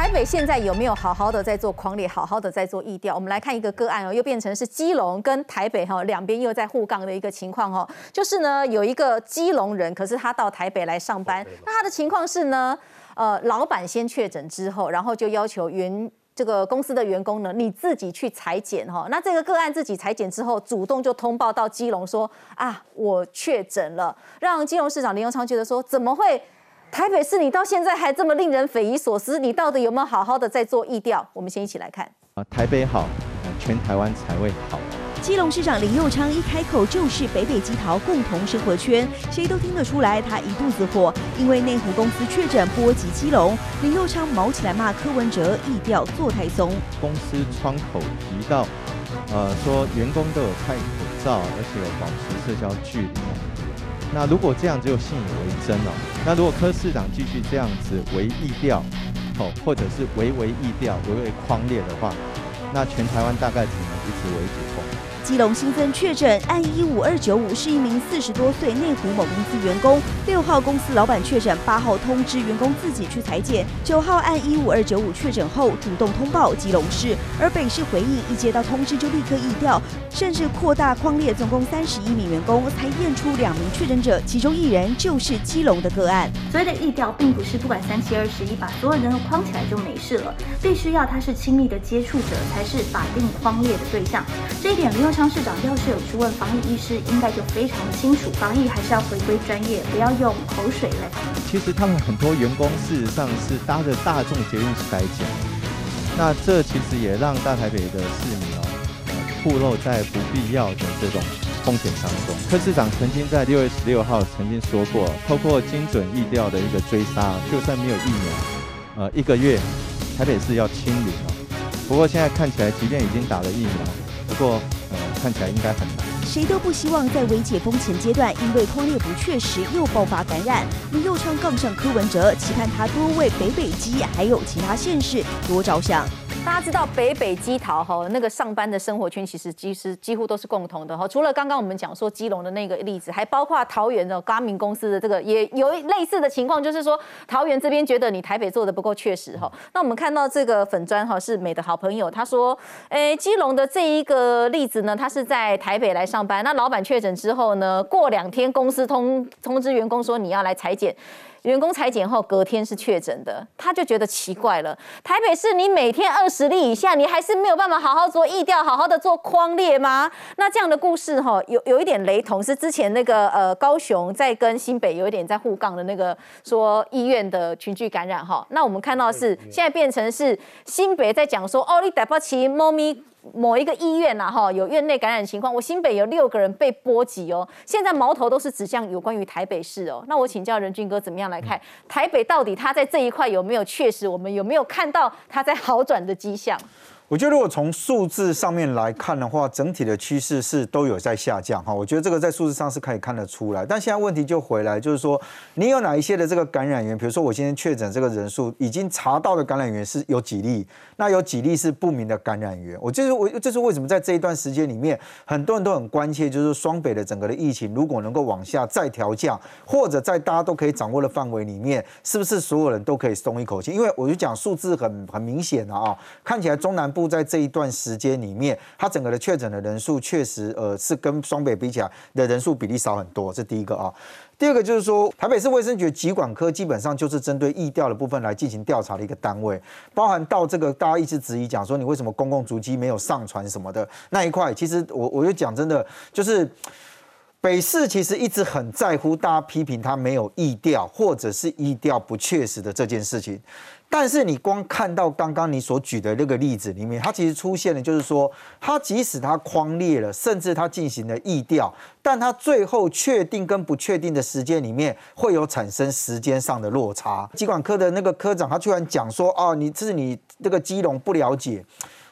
北现在有没有好好的在做匡列，好好的在做疫调？我们来看一个个案哦，又变成是基隆跟台北两边又在互杠的一个情况就是呢有一个基隆人，可是他到台北来上班，那他的情况是呢，老板先确诊之后，然后就要求这个公司的员工呢，你自己去采检那这个个案自己采检之后，主动就通报到基隆说啊，我确诊了，让基隆市长林右昌觉得说，怎么会？台北市，你到现在还这么令人匪夷所思，你到底有没有好好的在做疫调？我们先一起来看。 台北好，全台湾才会好。 基隆市长林右昌一开口就是北北基桃共同生活圈，谁都听得出来他一肚子火，因为内湖公司确诊波及基隆，林右昌毛起来骂柯文哲疫调做太松。 公司窗口提到，说员工都有戴口罩，而且有保持社交距离。那如果这样就信以为真那如果柯市长继续这样子为疫调，或者是为疫调、为匡列的话，那全台湾大概只能一直为解封。 基隆新增确诊，案15295是一名40多岁内湖某公司员工。6号公司老板确诊，8号通知员工自己去采检，9号案15295确诊后主动通报基隆市，而北市回应一接到通知就立刻疫调，甚至扩大匡列，总共31名员工才验出2名确诊者，其中1人就是基隆的个案。 所谓的疫调，并不是不管3721把所有人都框起来就没事了，必须要他是亲密的接触者才是法定匡列的对象。这一点林右昌市长要是有去问防疫医师，应该就非常的清楚，防疫还是要回归专业，不要用口水来防疫。 其实他们很多员工事实上是搭着大众捷运筛检，那这其实也让大台北的市民暴露在不必要的这种风险当中。柯市长曾经在6月16号曾经说过，透过精准疫调的一个追杀，就算没有疫苗，1个月台北市要清零不过现在看起来，即便已经打了疫苗，不过看起来应该很难。 谁都不希望在微解封前阶段，因为匡列不确实又爆发感染。林右昌杠上柯文哲，期盼他多为北基还有其他县市多着想。 大家知道北基桃那个上班的生活圈，其实几乎都是共同的除了刚刚我们讲说基隆的那个例子，还包括桃园的嘉明公司的这个也有类似的情况，就是说桃园这边觉得你台北做的不够确实那我们看到这个粉专是美的好朋友，他说，基隆的这一个例子呢，他是在台北来上班，那老板确诊之后呢，过2天公司通知员工说你要来采检。员工采检后隔天是确诊的，他就觉得奇怪了。台北市你每天20例以下，你还是没有办法好好做疫调，好好的做匡列吗？那这样的故事有一点雷同，是之前那个高雄在跟新北有一点在互杠的那个说医院的群聚感染那我们看到是现在变成是新北在讲说你台北市某一个医院有院内感染情况，我新北有6个人被波及现在矛头都是指向有关于台北市那我请教仁俊哥怎么样来看台北到底他在这一块有没有确实，我们有没有看到他在好转的迹象？ 我觉得如果从数字上面来看的话，整体的趋势是都有在下降我觉得这个在数字上是可以看得出来。但现在问题就回来，就是说你有哪一些的这个感染源，比如说我今天确诊这个人数已经查到的感染源是有几例，那有几例是不明的感染源。这是为什么在这一段时间里面，很多人都很关切，就是双北的整个的疫情如果能够往下再调降，或者在大家都可以掌握的范围里面，是不是所有人都可以松一口气？因为我就讲数字很明显看起来中南部在这一段时间里面，它整个的确诊的人数确实是跟双北比起来的人数比例少很多，这第一个第二个就是说，台北市卫生局疾管科基本上就是针对疫调的部分来进行调查的一个单位，包含到这个大家一直质疑讲说你为什么公共足迹没有上传什么的那一块，其实我就讲真的就是。北市其实一直很在乎大家批评他没有疫调或者是疫调不确实的这件事情，但是你光看到刚刚你所举的那个例子里面，它其实出现的就是说，它即使它匡列了，甚至它进行了疫调，但它最后确定跟不确定的时间里面会有产生时间上的落差。疾管科的那个科长他居然讲说你这个基隆不了解。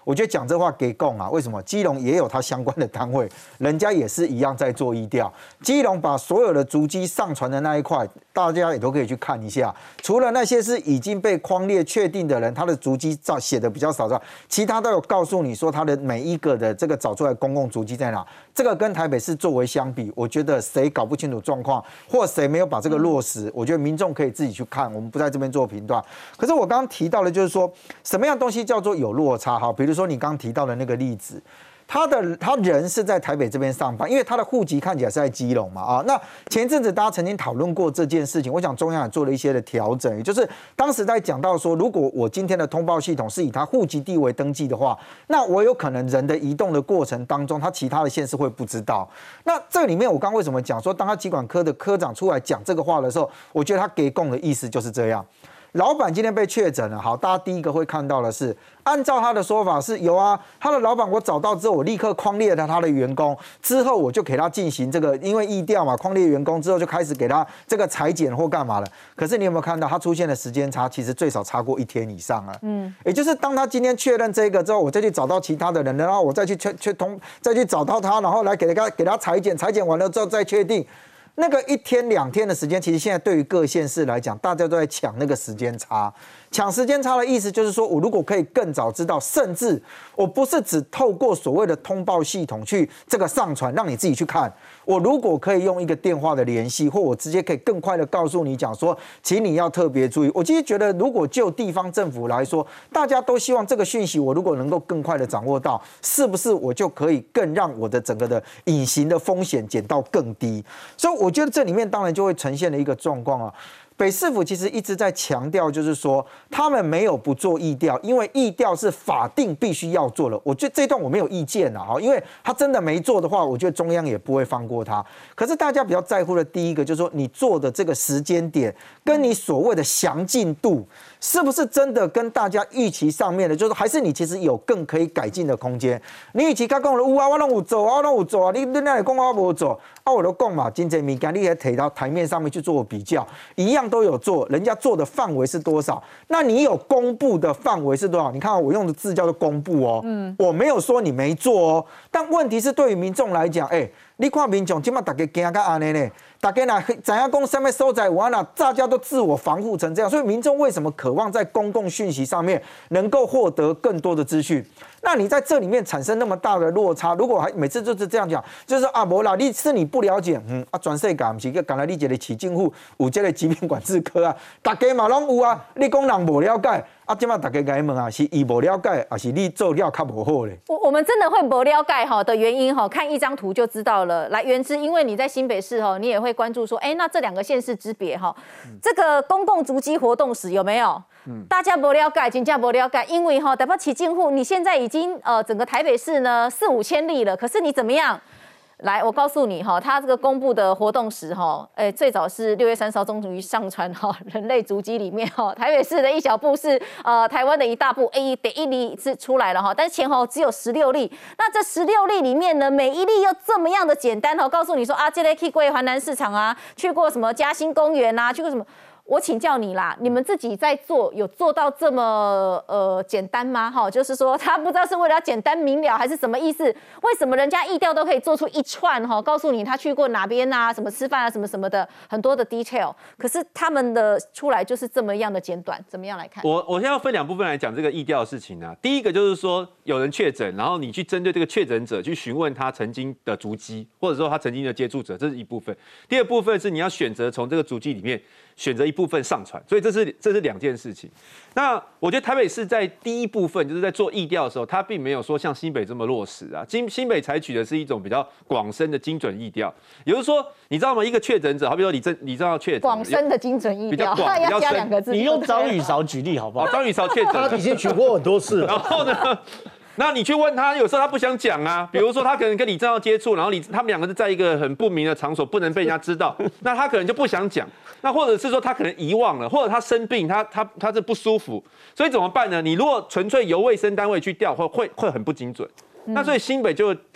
我觉得讲这话给供啊，为什么？基隆也有它相关的单位，人家也是一样在做疫调。基隆把所有的足迹上传的那一块，大家也都可以去看一下。除了那些是已经被匡列确定的人，他的足迹照写的比较少之外，其他都有告诉你说他的每一个的这个找出来公共足迹在哪。这个跟台北市作为相比，我觉得谁搞不清楚状况，或谁没有把这个落实，我觉得民众可以自己去看，我们不在这边做评断。可是我刚刚提到的就是说，什么样东西叫做有落差？哈，比如说你刚刚提到的那个例子。他人是在台北这边上班，因为他的户籍看起来是在基隆嘛啊。那前一阵子大家曾经讨论过这件事情，我想中央也做了一些的调整，也就是当时在讲到说，如果我今天的通报系统是以他户籍地为登记的话，那我有可能人的移动的过程当中，他其他的县市会不知道。那这里面我刚为什么讲说，当他疾管科的科长出来讲这个话的时候，我觉得他给供的意思就是这样。老板今天被确诊了，好，大家第一个会看到的是，按照他的说法是有啊，他的老板我找到之后，我立刻匡列了他的员工，之后我就给他进行这个，因为疫调嘛，匡列员工之后就开始给他这个裁剪或干嘛了。可是你有没有看到他出现的时间差，其实最少差过1天以上了。也就是当他今天确认这个之后，我再去找到其他的人，然后我再去再去找到他，然后来给他裁剪，裁剪完了之后再确定。那个1天2天的时间，其实现在对于各县市来讲，大家都在抢那个时间差。抢时间差的意思就是说，我如果可以更早知道，甚至我不是只透过所谓的通报系统去这个上传，让你自己去看。我如果可以用一个电话的联系，或我直接可以更快的告诉你讲说，请你要特别注意。我其实觉得，如果就地方政府来说，大家都希望这个讯息，我如果能够更快的掌握到，是不是我就可以更让我的整个的隐形的风险减到更低？所以我觉得这里面当然就会呈现了一个状况啊。北市府其实一直在强调，就是说他们没有不做疫调，因为疫调是法定必须要做的。我觉得这段我没有意见啊，因为他真的没做的话，我觉得中央也不会放过他。可是大家比较在乎的第一个就是说，你做的这个时间点跟你所谓的详尽度，是不是真的跟大家预期上面的，就是还是你其实有更可以改进的空间？你预期他讲了有啊，我拢有做啊，我拢有做啊，你那里讲我无做啊，我都讲嘛，真侪物件你也提到台面上面去做比较，一样都有做，人家做的范围是多少？那你有公布的范围是多少？你看我用的字叫做公布哦，我没有说你没做哦，但问题是对于民众来讲，你看民众今嘛大家惊到安尼呢？大家哪知影讲什么所在有啊？大家都自我防护成这样，所以民众为什么渴望在公共讯息上面能够获得更多的资讯？那你在这里面产生那么大的落差，如果还每次就是这样讲，就是啊，无啦，你不了解，全世界不是个，刚才你一个市政府有这个疾病管制科啊，大家嘛拢有啊，你讲人无了解。今嘛大家该问啊，是伊无了解，还是你做了较无好嘞？ 我们真的会不了解的原因看一张图就知道了。来源是因为你在新北市你也会关注说，那这2个县市之别这个公共足迹活动史有没有？大家不了解，真正不了解，因为台北市政府你现在已经整个台北市呢4、5千例了，可是你怎么样？来，我告诉你他这个公布的活动时最早是6月30号终于上传人类足迹里面台北市的一小步是台湾的一大步，第1例是出来了但是前后只有16例。那这16例里面呢，每一例又这么样的简单告诉你说这类去过环南市场啊，去过什么嘉兴公园啊，去过什么。我请教你啦，你们自己在做有做到这么简单吗？就是说他不知道是为了要简单明了还是什么意思？为什么人家疫调都可以做出一串告诉你他去过哪边啊，什么吃饭啊，什么什么的很多的 detail， 可是他们的出来就是这么样的简短，怎么样来看？ 我现在要分2部分来讲这个疫调的事情啊。第一个就是说有人确诊，然后你去针对这个确诊者去询问他曾经的足迹，或者说他曾经的接触者，这是一部分。第二部分是你要选择从这个足迹里面选择一部分上传，所以这是2件事情。那我觉得台北市在第一部分就是在做疫调的时候，它并没有说像新北这么落实啊。新北采取的是一种比较广深的精准疫调，也就是说，你知道吗？一个确诊者，好比说你知道确诊， 广深的精准疫调，要加2个字。 你用张雨韶举例好不好？ 张雨韶确诊， 他以前举过很多次。 然后呢？那你去问他，有时候他不想讲啊。比如说他可能跟李正浩接触，然后他们2个是在一个很不明的场所，不能被人家知道，那他可能就不想讲。那或者是说他可能遗忘了，或者他生病，他是不舒服，所以怎么办呢？你如果纯粹由卫生单位去调，会很不精准。那所以新北就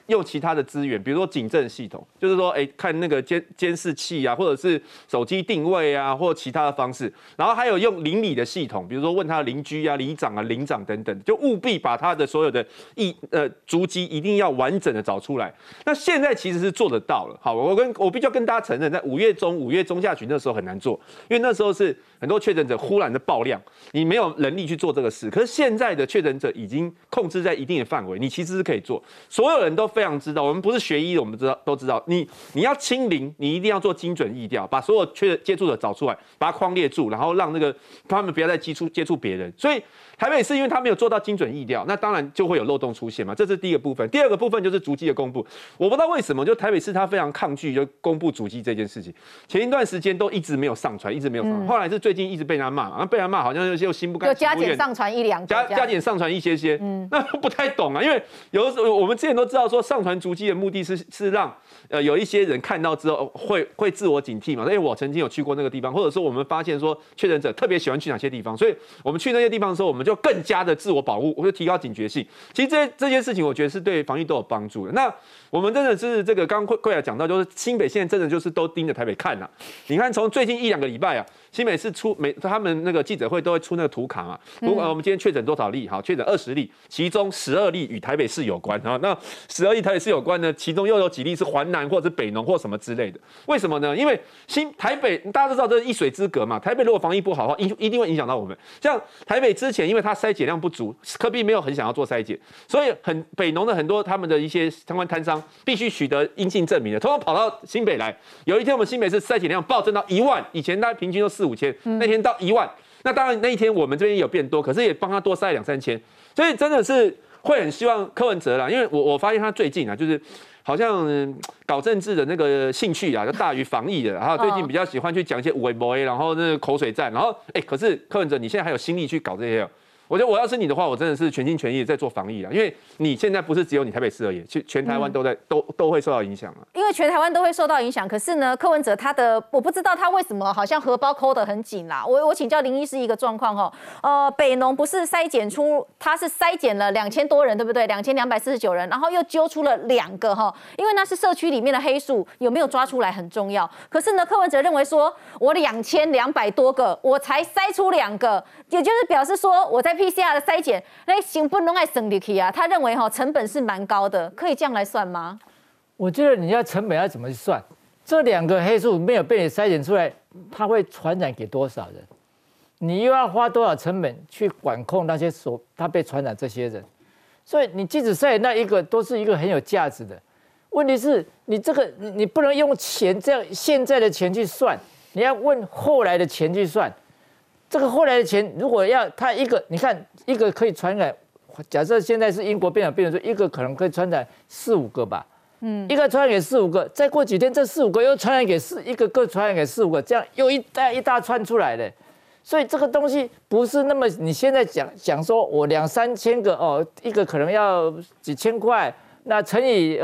用其他的资源，比如说警政系统，就是说，看那个监视器啊，或者是手机定位啊，或其他的方式。然后还有用邻里的系统，比如说问他的邻居啊、里长啊、邻长等等，就务必把他的所有的足迹一定要完整的找出来。那现在其实是做得到了。好，我必须要跟大家承认，在5月中下旬那时候很难做，因为那时候是很多确诊者忽然的爆量，你没有能力去做这个事。可是现在的确诊者已经控制在一定的范围，你其实是可以做。所有人都非常知道，我们不是学医的，我们都知道，你要清零，你一定要做精准疫调，把所有接触者找出来，把它框列住，然后让那个他们不要再接触别人。所以台北市因为他没有做到精准疫调，那当然就会有漏洞出现嘛，这是第一个部分。第二个部分就是足迹的公布，我不知道为什么就台北市他非常抗拒就公布足迹这件事情，前一段时间都一直没有上传，后来是最近一直被人家骂，然后被人家骂好像又心不甘情不愿， 就加减上传1、2个， 加减上传一些，那不太懂啊，因为有的时候我们之前都知道说上传足迹的目的是让有一些人看到之后会自我警惕嘛，因为我曾经有去过那个地方，或者说我们发现说确诊者特别喜欢去哪些地方，所以我们去那些地方的时候，我们就更加的自我保护，我就提高警觉性。其实这件事情，我觉得是对防疫都有帮助的。那我们真的是这个刚刚贵来讲到，就是新北现在真的就是都盯着台北看呐。你看从最近1、2个礼拜啊，新北市他们那个记者会都会出那个图卡嘛。如果我们今天确诊多少例，好，确诊20例，其中12例与台北市有关啊。那12例台北市有关呢，其中又有几例是环南或者是北农或什么之类的。为什么呢？因为台北大家都知道这是一水之隔嘛。台北如果防疫不好的话，一定会影响到我们。像台北之前，因为它筛检量不足，科比没有很想要做筛检，所以北农的很多他们的一些相关摊商必须取得阴性证明的，通通跑到新北来。有一天我们新北市筛检量暴增到1万，以前大概平均都4、5千，那天到1万。那当然那一天我们这边也有变多，可是也帮他多筛2、3千，所以真的是会很希望柯文哲啦，因为我发现他最近啊，就是好像搞政治的那个兴趣啊，就大于防疫的，然后最近比较喜欢去讲一些有的没的，然后那个口水战，然后可是柯文哲你现在还有心力去搞这些？我觉得我要是你的话，我真的是全心全意在做防疫啊，因为你现在不是只有你台北市而已，全台湾都会受到影响啊。 因为全台湾都会受到影响，可是呢，柯文哲我不知道他为什么好像荷包抠得很紧啦。我请教林医师一个状况哈，北农不是筛检出他是筛检了2000多人，对不对？2249人，然后又揪出了2个哈，因为那是社区里面的黑数，有没有抓出来很重要。可是呢，柯文哲认为说我2200多个，我才筛出2个，也就是表示说我在PCR 的筛检，那成本都爱省进去啊。他认为成本是蛮高的，可以这样来算吗？ 我觉得你要成本要怎么去算？这2个黑数没有被你筛检出来，它会传染给多少人？你又要花多少成本去管控那些他被传染这些人？所以你即使筛检那1个，都是一个很有价值的。问题是你这个你不能用钱这样现在的钱去算，你要问后来的钱去算。这个后来的钱，如果要他一个，你看一个可以传染，假设现在是英国变种病毒，一个可能可以传染4、5个吧，一个传染给4、5个，再过几天这4、5个又传染给一个传染给4、5个，这样又一大串出来了。所以这个东西不是那么你现在讲说我2、3千个一个可能要几千块，那乘以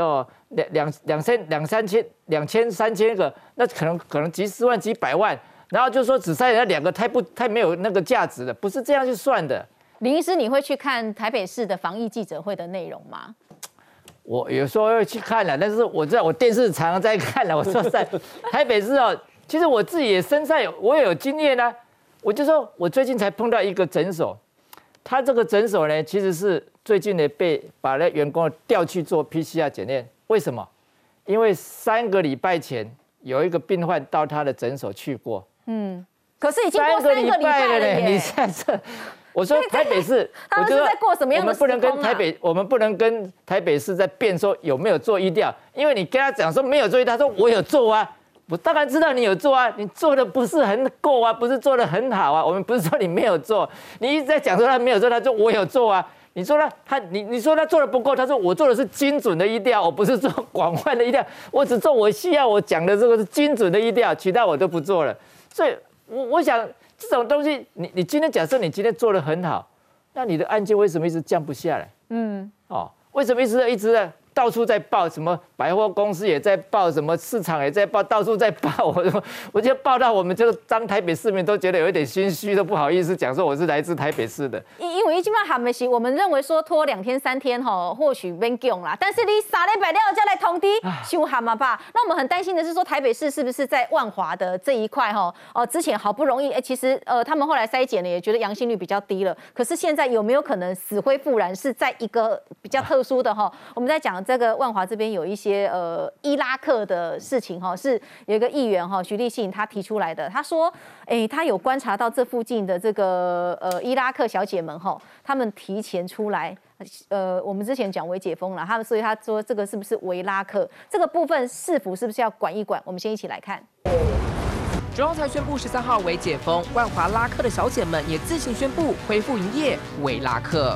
2、3千个，那可能几10万、几百万。然后就说只筛人家2个太没有那个价值了，不是这样去算的。 林医师，你会去看台北市的防疫记者会的内容吗？ 我有时候会去看了，但是我知道我电视常常在看了。我说在台北市其实我自己也身上我也有经验啊。我就说我最近才碰到一个诊所，他这个诊所呢，其实是最近呢把那员工调去做 PCR 检验。为什么？因为3个礼拜前有一个病患到他的诊所去过。 可是已经过3个礼拜了耶！ 你在这，我说台北市， 他们是在过什么样的时光啊？ 我们不能跟台北市在辩说有没有做疫调，因为你跟他讲说没有做疫调，他说我有做啊，我当然知道你有做啊，你做的不是很够啊，不是做的很好啊，我们不是说你没有做，你一直在讲说他没有做，他说我有做啊。你说你说他做的不够，他说我做的是精准的疫调，我不是做广泛的疫调，我只做我需要我讲的这个是精准的疫调，其他我都不做了。所以我想这种东西，你今天假设你今天做得很好，那你的案件为什么一直降不下来？为什么一直到处在报，什么百货公司也在报，什么市场也在报，到处在报。我觉得报到我们这个当台北市民都觉得有一点心虚，都不好意思讲说我是来自台北市的。 因为基本上的是，我们认为说拖2天3天或许免用啦，但是你3礼拜了再来通知，伤寒嘛吧？那我们很担心的是说，台北市是不是在万华的这一块之前好不容易，其实他们后来筛检了，也觉得阳性率比较低了，可是现在有没有可能死灰复燃？是在一个比较特殊的我们在讲这个万华这边有一些伊拉克的事情是有一个议员徐立信他提出来的，他说，他有观察到这附近的这个伊拉克小姐们他们提前出来。我们之前讲微解封了，所以他说这个是不是微拉克这个部分市府是不是要管一管？我们先一起来看。 中央才宣布13号微解封，万华拉客的小姐们也自行宣布恢复营业，微拉客。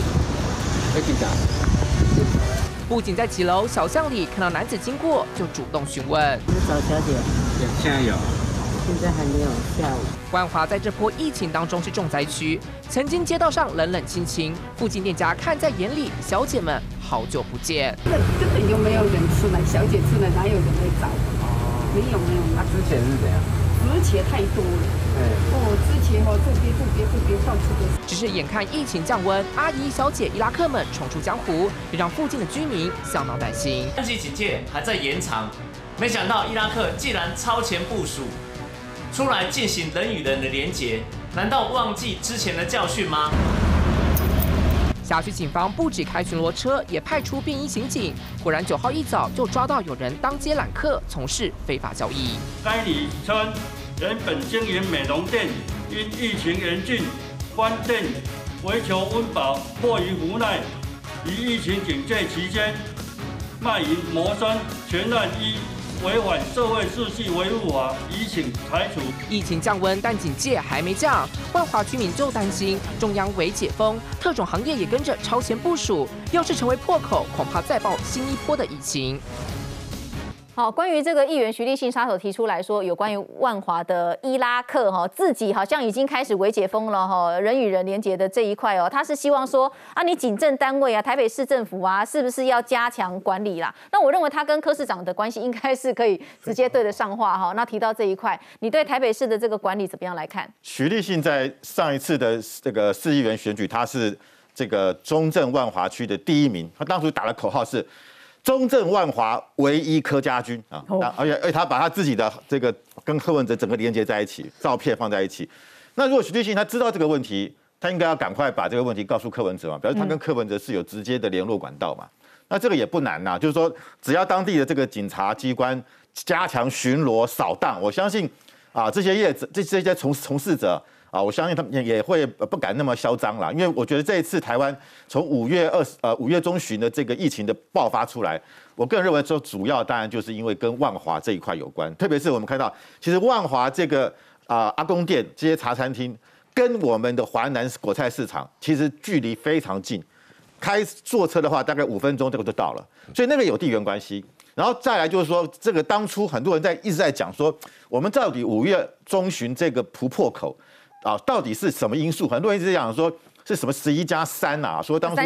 不仅在几楼小巷里看到男子经过，就主动询问。 找小姐， 现在有。 现在还没有下午。 万华在这波疫情当中是重灾区，曾经街道上冷冷清清，附近店家看在眼里，小姐们好久不见。 根本就没有人出来，小姐出来哪有人来找？没有。 那之前是怎样？ 之前太多了。之前这边到处都是。 只是眼看疫情降温，阿姨、小姐、伊拉克们重出江湖，也让附近的居民相当担心。 三级警戒还在延长，没想到伊拉克竟然超前部署。出来进行人与人的连结，难道忘记之前的教训吗？ 辖区警方不止开巡逻车，也派出便衣刑警。果然9号一早就抓到有人当街揽客，从事非法交易。 该女称原本经营美容店，因疫情严峻，关店为求温饱，迫于无奈，于疫情警戒期间卖淫谋生，全案依违反社会秩序维护法，已请裁处。 疫情降温，但警戒还没降，万华居民就担心中央微解封，特种行业也跟着超前部署，要是成为破口，恐怕再爆新一波的疫情。 好，关于这个议员徐立信杀手提出来说，有关于万华的伊拉克自己好像已经开始微解封了人与人连结的这一块他是希望说你警政单位台北市政府是不是要加强管理啦？那我认为他跟柯市长的关系应该是可以直接对得上话那提到这一块，你对台北市的这个管理怎么样来看？ 徐立信在上一次的这个市议员选举，他是这个中正万华区的第1名，他当初打的口号是。中正万华唯一柯家军啊，而且他把他自己的这个跟柯文哲整个连接在一起，照片放在一起。那如果徐立信他知道这个问题，他应该要赶快把这个问题告诉柯文哲嘛，表示他跟柯文哲是有直接的联络管道嘛。那这个也不难呐，就是说只要当地的这个警察机关加强巡逻扫荡，我相信这些业者这些从事者。我相信他们也会不敢那么嚣张啦，因为我觉得这一次台湾从5月中旬的这个疫情的爆发出来，我个人认为说主要当然就是因为跟万华这一块有关，特别是我们看到其实万华这个阿公店这些茶餐厅跟我们的华南果菜市场其实距离非常近，坐车的话大概5分钟这个就到了，所以那个有地缘关系。然后再来就是说，这个当初很多人一直在讲说，我们到底5月中旬这个突破口。到底是什么因素？很多人一直讲说是什么11+3啊，说当初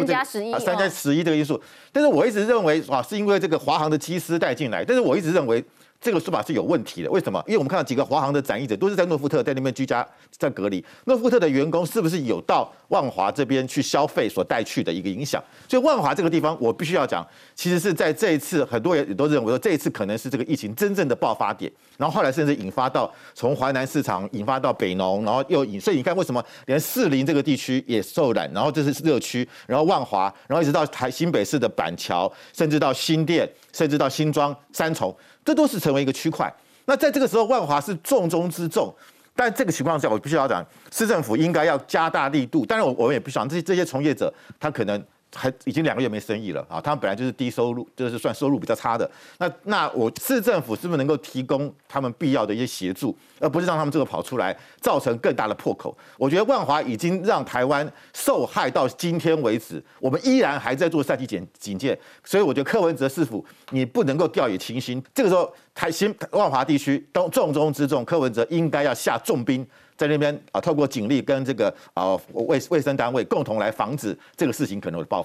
3+11这个因素。但是我一直认为是因为这个华航的机师带进来，但是我一直认为这个说法是有问题的。为什么？因为我们看到几个华航的展翼者都是在诺富特在那边居家在隔离，诺富特的员工是不是有到万华这边去消费所带去的一个影响？所以万华这个地方，我必须要讲，其实是在这一次，很多人也都认为说这一次可能是这个疫情真正的爆发点，然后后来甚至引发到从华南市场引发到北农，然后所以你看为什么连士林这个地区也受染，然后这是热区，然后万华，然后一直到新北市的板桥，甚至到新店，甚至到新庄、三重。这都是成为一个区块。那在这个时候，万华是重中之重。但这个情况下，我必须要讲，市政府应该要加大力度。当然，我们也不想这些从业者，他可能还已经2个月没生意了啊，他们本来就是低收入，就是算收入比较差的。那我市政府是不是能够提供他们必要的一些协助，而不是让他们这个跑出来，造成更大的破口？我觉得万华已经让台湾受害到今天为止，我们依然还在做3级警戒，所以我觉得柯文哲市府你不能够掉以轻心。这个时候，万华地区都重中之重，柯文哲应该要下重兵。在那边透过警力跟这个卫生单位共同来防止这个事情可能的爆发。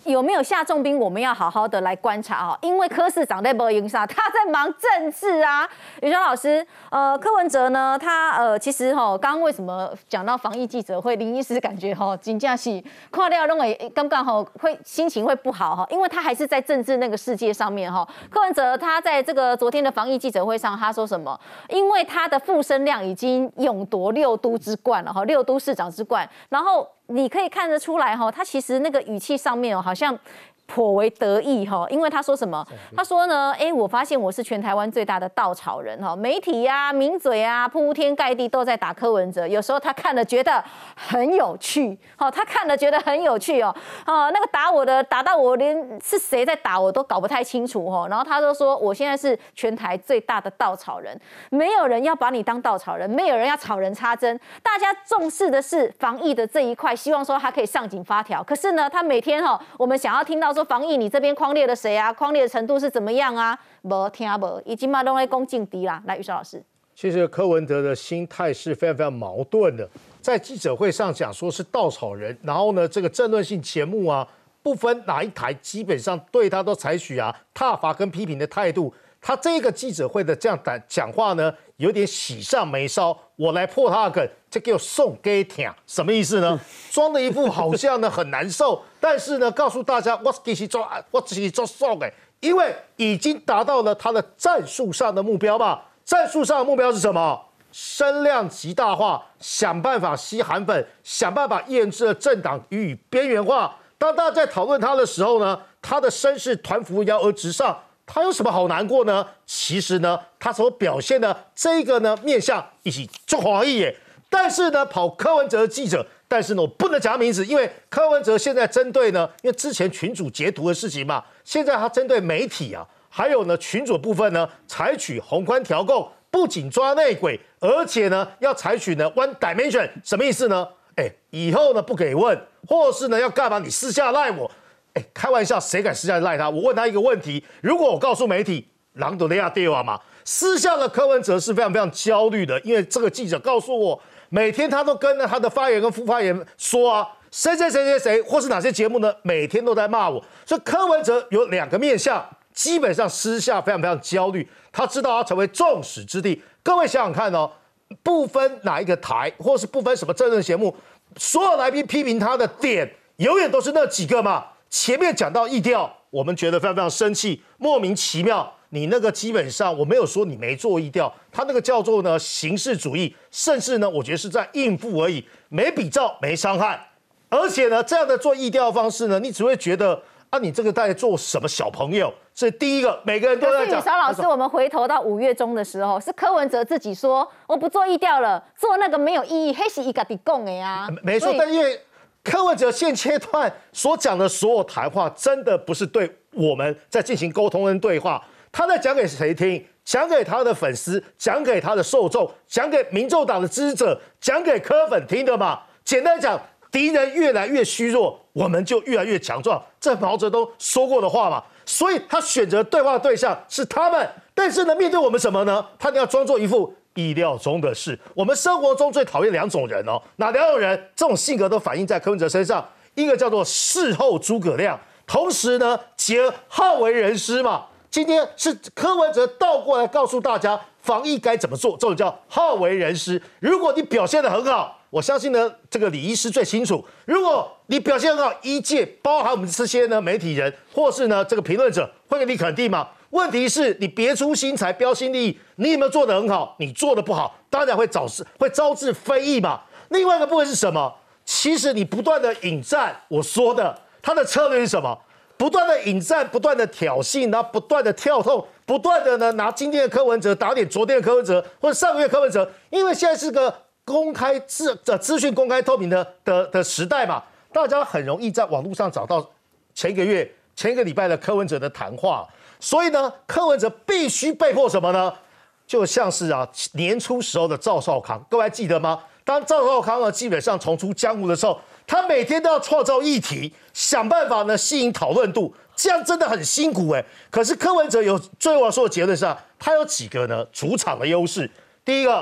有没有下重兵，我们要好好的来观察哦。因为柯市长在没影响，他在忙政治啊。宇轩老师，柯文哲呢，他其实刚刚为什么讲到防疫记者会，林医师感觉真正是看了认为刚刚会心情会不好因为他还是在政治那个世界上面柯文哲他在这个昨天的防疫记者会上，他说什么？因为他的附身量已经勇夺6都之冠了6都市长之冠，然后你可以看得出来他其实那个语气上面好像颇为得意因为他说什么？他说呢，我发现我是全台湾最大的稻草人媒体啊、名嘴啊，铺天盖地都在打柯文哲，有时候他看了觉得很有趣，他看了觉得很有趣那个打我的打到我连是谁在打我都搞不太清楚然后他就说我现在是全台最大的稻草人，没有人要把你当稻草人，没有人要草人插针，大家重视的是防疫的这一块，希望说他可以上紧发条。可是呢，他每天我们想要听到说防疫你这边匡列了谁啊？匡列的程度是怎么样啊？没听无，已经嘛都在攻劲敌啦。来，宇韶老师， 其实柯文哲的心态是非常非常矛盾的，在记者会上讲说是稻草人，然后呢，这个政论性节目啊，不分哪一台，基本上对他都采取挞伐跟批评的态度。他这个记者会的这样讲话呢，有点喜上眉梢。我来破他的梗，这给我送给听，什么意思呢？装的一副好像呢很难受，但是呢告诉大家我其实做送的，因为已经达到了他的战术上的目标嘛。战术上的目标是什么？声量极大化，想办法吸韩粉，想办法验制的政党予以边缘化。当大家在讨论他的时候呢，他的声势团扶摇而直上。他有什么好难过呢？其实呢，他所表现的这个呢面向一起做黄奕耶，但是呢跑柯文哲的记者，但是呢我不能讲名字，因为柯文哲现在针对呢，因为之前群主截图的事情嘛，现在他针对媒体啊，还有呢群主部分呢，采取宏观调控，不仅抓内鬼，而且呢要采取呢 one dimension， 什么意思呢？以后呢不给问，或是呢要干嘛？你私下赖我。开玩笑，谁敢私下赖他？我问他一个问题：如果我告诉媒体，狼都雷亚丢啊嘛，私下的柯文哲是非常非常焦虑的，因为这个记者告诉我，每天他都跟他的发言跟副发言说谁，或是哪些节目呢，每天都在骂我。所以柯文哲有2个面向，基本上私下非常非常焦虑，他知道要成为众矢之的。各位想想看不分哪一个台，或是不分什么政论节目，所有来宾批评他的点，永远都是那几个嘛。前面讲到疫调，我们觉得非常非常生气，莫名其妙。你那个基本上我没有说你没做疫调，他那个叫做呢形式主义，甚至呢我觉得是在应付而已，没比照没伤害。而且呢这样的做疫调的方式呢，你只会觉得你这个在做什么小朋友。所以第一个，每个人都在讲。 可是宇韶老师，我们回头到5月中的时候，是柯文哲自己说我不做疫调了，做那个没有意义，黑是一个地讲的呀。 没错，但因为柯文哲现阶段所讲的所有谈话，真的不是对我们在进行沟通跟对话，他在讲给谁听？讲给他的粉丝，讲给他的受众，讲给民众党的支持者，讲给柯粉听的嘛。简单讲，敌人越来越虚弱，我们就越来越强壮，这毛泽东说过的话嘛。所以他选择对话的对象是他们，但是呢，面对我们什么呢？他要装作一副意料中的事。我们生活中最讨厌2种人哪2种人？这种性格都反映在柯文哲身上。一个叫做事后诸葛亮，同时呢结合好为人师嘛。今天是柯文哲倒过来告诉大家防疫该怎么做，这种叫好为人师。如果你表现得很好，我相信呢这个李医师最清楚。如果你表现很好，医界包含我们这些呢媒体人或是呢这个评论者会给你肯定吗？问题是你别出心裁、标新立异，你有没有做得很好？你做得不好，当然会招致非议嘛。另外一个部分是什么？其实你不断的引战，我说的他的策略是什么？不断的引战，不断的挑衅，然后不断的跳痛，不断的呢拿今天的柯文哲打脸昨天的柯文哲，或者上个月柯文哲，因为现在是个公开资讯公开透明的时代嘛，大家很容易在网络上找到前一个礼拜的柯文哲的谈话，所以呢，柯文哲必须被迫什么呢？就像是年初时候的赵少康，各位还记得吗？当赵少康基本上重出江湖的时候，他每天都要创造议题，想办法呢吸引讨论度，这样真的很辛苦可是柯文哲有最后我要说的结论是他有几个呢主场的优势。第一个，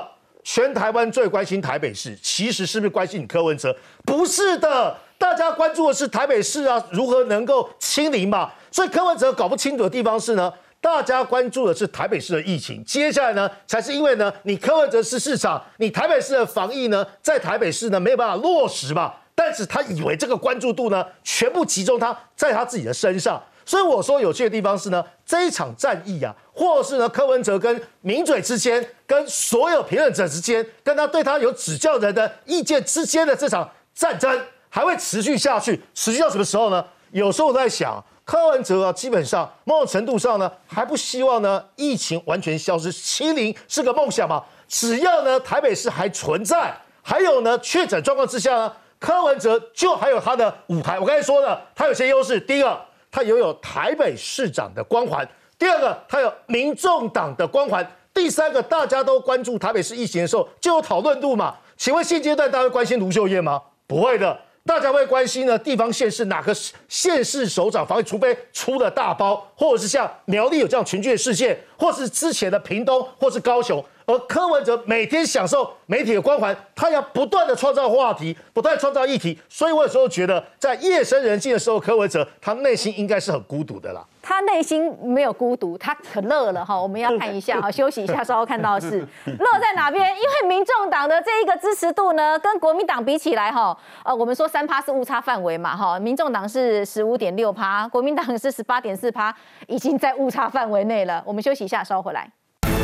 全台湾最关心台北市，其实是不是关心你柯文哲？不是的，大家关注的是台北市啊，如何能够清零嘛。所以柯文哲搞不清楚的地方是呢，大家关注的是台北市的疫情，接下来呢，才是因为呢，你柯文哲是市长，你台北市的防疫呢，在台北市呢没有办法落实嘛。但是他以为这个关注度呢，全部集中在他自己的身上。所以我说有趣的地方是呢，这一场战役啊，或是呢柯文哲跟名嘴之间，跟所有评论者之间，跟他对他有指教人的意见之间的这场战争，还会持续下去，持续到什么时候呢？有时候我在想，柯文哲啊，基本上某种程度上呢，还不希望呢疫情完全消失，清零是个梦想嘛。只要呢台北市还存在，还有呢确诊状况之下呢，柯文哲就还有他的舞台。我刚才说了，他有些优势，第一个，他拥有台北市长的光环；第二个，他有民众党的光环；第三个，大家都关注台北市疫情的时候就有讨论度嘛。请问现阶段大家会关心卢秀燕吗？不会的，大家会关心呢地方县市哪个县市首长防疫，除非出了大包，或者是像苗栗有这样群聚的事件，或是之前的屏东或是高雄。而柯文哲每天享受媒体的光环，他要不断的创造话题，不断创造议题，所以我有时候觉得，在夜深人静的时候，柯文哲他内心应该是很孤独的啦。 他内心没有孤独，他可乐了哈。我们要看一下哈，休息一下，稍后看到的是乐在哪边？因为民众党的这一个支持度呢，跟国民党比起来哈，我们说3%是误差范围嘛哈，民众党是15.6%，国民党是18.4%，已经在误差范围内了。我们休息一下，稍后回来。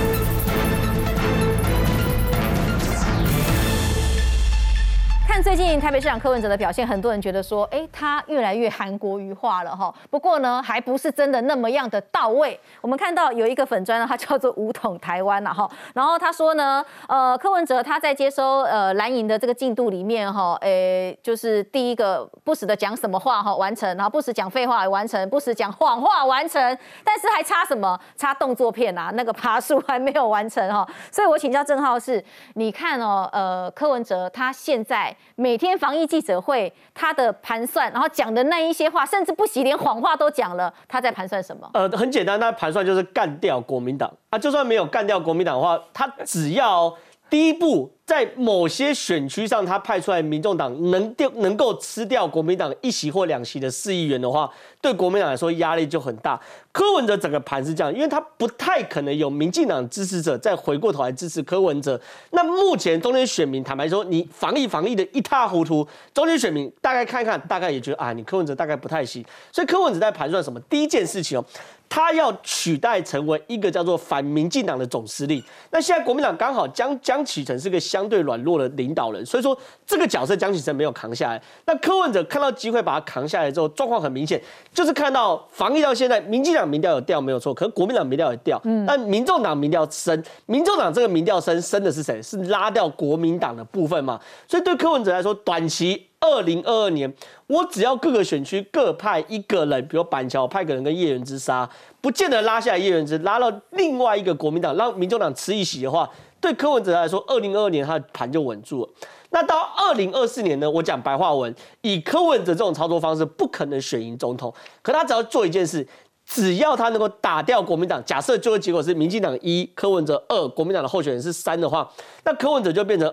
看最近台北市长柯文哲的表现，很多人觉得说，他越来越韩国瑜化了哈。不过呢，还不是真的那么样的到位。我们看到有一个粉专呢，它叫做武统台湾呐哈。然后他说呢，柯文哲他在接收蓝营的这个进度里面哈，就是第一个不时的讲什么话哈完成，然后不时讲废话完成，不时讲谎话完成，但是还差什么？差动作片啊，那个爬树还没有完成哈。所以我请教正皓是，你看哦，柯文哲他现在每天防疫记者会，他的盘算，然后讲的那一些话，甚至不惜连谎话都讲了，他在盘算什么？ 很简单，他盘算就是干掉国民党啊。就算没有干掉国民党的话，他只要第一步在某些选区上，他派出来民众党能够吃掉国民党1席或2席的4亿元的话，对国民党来说压力就很大。柯文哲整个盘是这样，因为他不太可能有民进党支持者再回过头来支持柯文哲。那目前中间选民坦白说，你防疫的一塌糊涂，中间选民大概看一看，大概也觉得啊，你柯文哲大概不太行。所以柯文哲在盘算什么？第一件事情他要取代成为一个叫做反民进党的总司令。那现在国民党刚好江启臣是个相对软弱的领导人，所以说这个角色江启臣没有扛下来。那柯文哲看到机会把他扛下来之后，状况很明显，就是看到防疫到现在，民进党民调有掉没有错，可是国民党民调也掉，但民众党民调升，民众党这个民调升的是谁？是拉掉国民党的部分嘛？所以对柯文哲来说，短期2022年，我只要各个选区各派一个人，比如板桥派个人跟叶元之杀，不见得拉下来叶元之，拉到另外一个国民党，让民众党吃1席的话，对柯文哲来说，2022年他的盘就稳住了。那到2024年呢？我讲白话文，以柯文哲这种操作方式，不可能选赢总统。可他只要做一件事，只要他能够打掉国民党，假设最后结果是民进党1，柯文哲2，国民党的候选人是3的话，那柯文哲就变成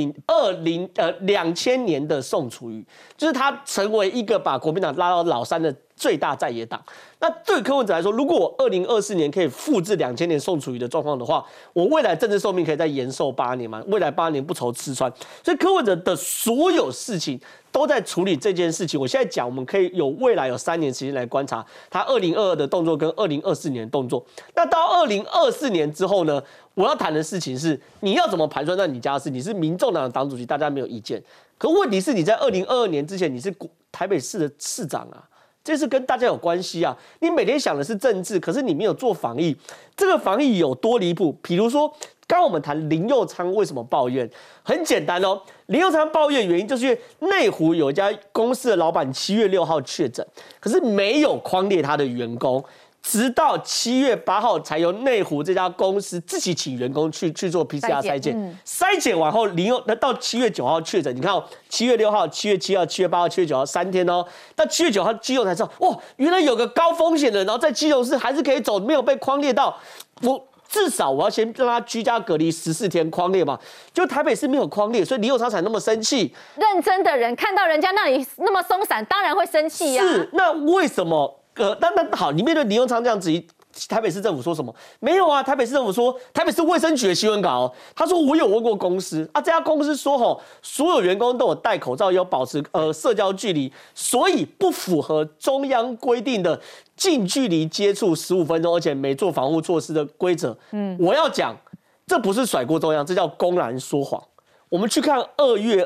2020年的宋楚瑜，就是他成为一个把国民党拉到老3的最大在野党。那对柯文哲来说，如果我2024年可以复制2000年宋楚瑜的状况的话，我未来政治寿命可以再延寿8年嘛？未来8年不愁吃穿。所以柯文哲的所有事情都在处理这件事情。我现在讲，我们可以未来有3年时间来观察他2022的动作跟2024年的动作。那到2024年之后呢？我要谈的事情是，你要怎么盘算在你家的事？你是民众党的党主席，大家没有意见。可问题是，你在2022年之前，你是台北市的市长啊。这是跟大家有关系啊！你每天想的是政治，可是你没有做防疫。这个防疫有多离谱？比如说，刚刚我们谈林右昌为什么抱怨，很简单哦。林右昌抱怨原因就是因为内湖有一家公司的老板7月6号确诊，可是没有匡列他的员工。直到7月8号才由内湖这家公司自己请员工去做 PCR 筛检，筛检完后到7月9号确诊。你看7月6号、7月7号、7月8号、7月9号3天哦，到7月9号基隆才知道，哇，原来有个高风险的，然后在基隆市还是可以走，没有被匡列到。 至少我要先让他居家隔离14天匡列嘛。就台北市没有匡列，所以林右昌才那么生气。 认真的人看到人家那里那么松散，当然会生气呀。 是，那为什么？那好，你面对林右昌这样子，台北市政府说什么？没有啊，台北市政府说，台北市卫生局的新闻稿，他说我有问过公司啊，这家公司说所有员工都有戴口罩，有保持社交距离，所以不符合中央规定的近距离接触15分钟，而且没做防护措施的规则。我要讲，这不是甩锅中央，这叫公然说谎。我们去看2月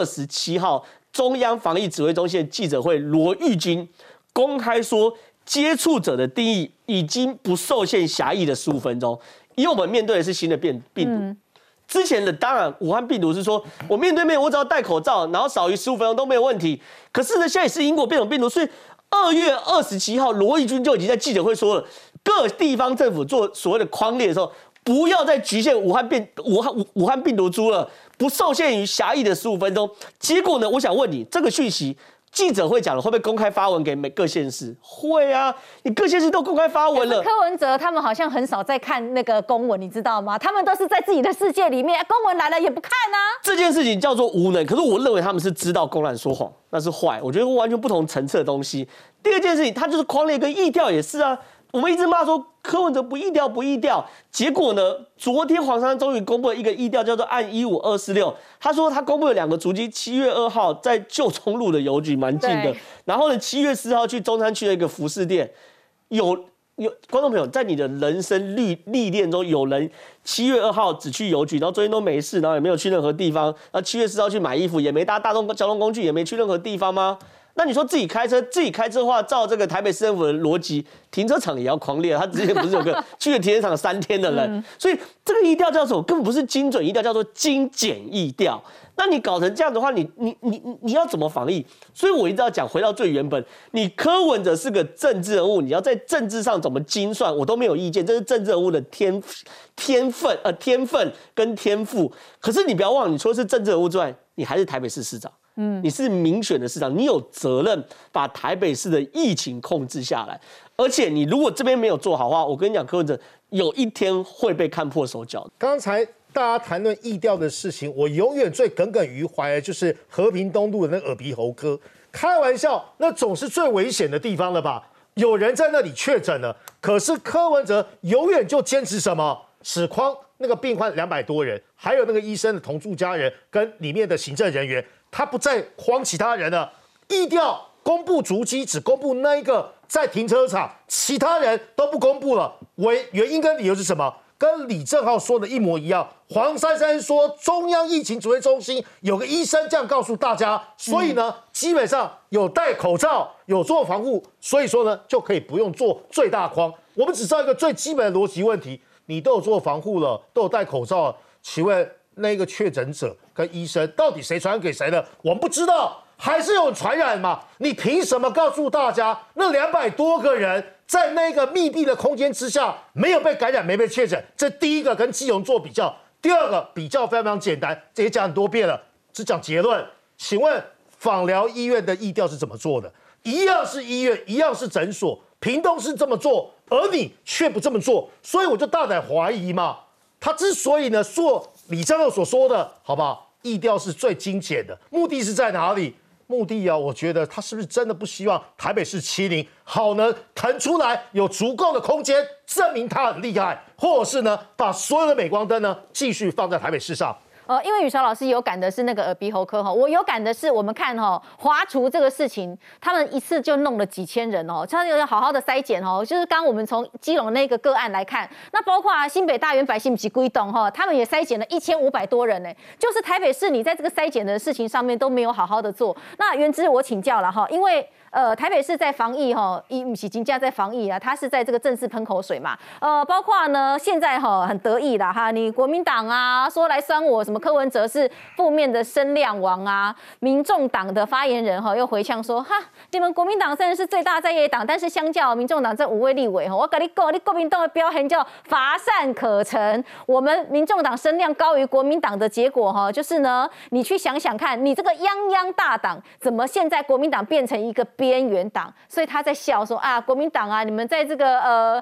27号中央防疫指挥中心的记者会，罗玉军公开说，接触者的定义已经不受限狭义的15分钟，因为我们面对的是新的病毒。之前的当然武汉病毒是说我面对面我只要戴口罩，然后少于15分钟都没有问题。可是呢，现在也是英国变种病毒，所以2月27号罗义军就已经在记者会说了，各地方政府做所谓的匡列的时候，不要再局限武汉病毒株了，不受限于狭义的15分钟。结果呢，我想问你，这个讯息记者会讲了，会不会公开发文给各县市？会啊，你各县市都公开发文了。 柯文哲他们好像很少在看那个公文，你知道吗？他们都是在自己的世界里面，公文来了也不看啊。 这件事情叫做无能，可是我认为他们是知道公然说谎，那是坏。我觉得完全不同层次的东西。第二件事情，他就是匡列跟疫调也是啊。我们一直骂说柯文哲不疫调，结果呢，昨天黄珊珊终于公布了一个疫调，叫做案15246。他说他公布了2个足迹，7月2号在旧中路的邮局蛮近的，然后呢7月4号去中山区的一个服饰店。有观众朋友，在你的人生历练中，有人7月2号只去邮局，然后昨天都没事，然后也没有去任何地方，然后7月4号去买衣服，也没搭大众交通工具，也没去任何地方吗？那你说自己开车的话，照这个台北市政府的逻辑，停车场也要匡列。他之前不是有个去了停车场3天的人，所以这个疫调叫什么？根本不是精准疫调，叫做精简疫调。那你搞成这样的话，你要怎么防疫？所以我一直要讲，回到最原本，你柯文哲是个政治人物，你要在政治上怎么精算，我都没有意见，这是政治人物的天分跟天赋。可是你不要忘了，你除了是政治人物之外，你还是台北市市长。你是民选的市长，你有责任把台北市的疫情控制下来。而且你如果这边没有做好的话，我跟你讲，柯文哲有一天会被看破手脚。 刚才大家谈论疫调的事情，我永远最耿耿于怀的就是和平东路的那个耳鼻喉科。开玩笑，那总是最危险的地方了吧？有人在那里确诊了，可是柯文哲永远就坚持什么？史匡那个病患200多人，还有那个医生的同住家人跟里面的行政人员。他不再诓其他人了，疫调公布足迹，只公布那一个在停车场，其他人都不公布了。原因跟理由是什么？跟李正皓说的一模一样。黄珊珊说，中央疫情指挥中心有个医生这样告诉大家，所以呢，基本上有戴口罩，有做防护，所以说呢，就可以不用做最大框。我们只知道一个最基本的逻辑问题：你都有做防护了，都有戴口罩了，请问那个确诊者跟医生到底谁传染给谁的？我们不知道，还是有传染嘛？你凭什么告诉大家那200多个人在那个密闭的空间之下没有被感染、没被确诊？这第一个跟基隆做比较，第二个比较非常简单，这也讲很多遍了，只讲结论。请问枋寮医院的疫调是怎么做的？一样是医院，一样是诊所，屏东是这么做，而你却不这么做，所以我就大胆怀疑嘛。他之所以呢做李正皓所说的，好不好？疫调是最精简的，目的是在哪里？目的啊，我觉得他是不是真的不希望台北市70好呢腾出来有足够的空间，证明他很厉害，或者是呢把所有的镁光灯呢继续放在台北市上？ 因为宇韶老师有感的是那个耳鼻喉科哈，我有感的是我们看哈华厨这个事情，他们一次就弄了几千人哦，他要好好的筛检哦。就是刚我们从基隆那个个案来看，那包括新北大园百姓及归栋哈，他们也筛检了1500多人呢。就是台北市你在这个筛检的事情上面都没有好好的做。那元之我请教了哈，因为台北市在防疫哈，不是金家在防疫啊，他是在这个正式喷口水嘛。包括呢现在哈很得意啦哈，你国民党啊说来酸我什么柯文哲是负面的声量王啊，民众党的发言人哈又回呛说哈，你们国民党虽然是最大在野党，但是相较民众党这5位立委哈，我跟你讲，你国民党的标签叫乏善可陈，我们民众党声量高于国民党的结果哈，就是呢，你去想想看，你这个泱泱大党怎么现在国民党变成一个边缘党？所以他在笑说啊，国民党啊，你们在这个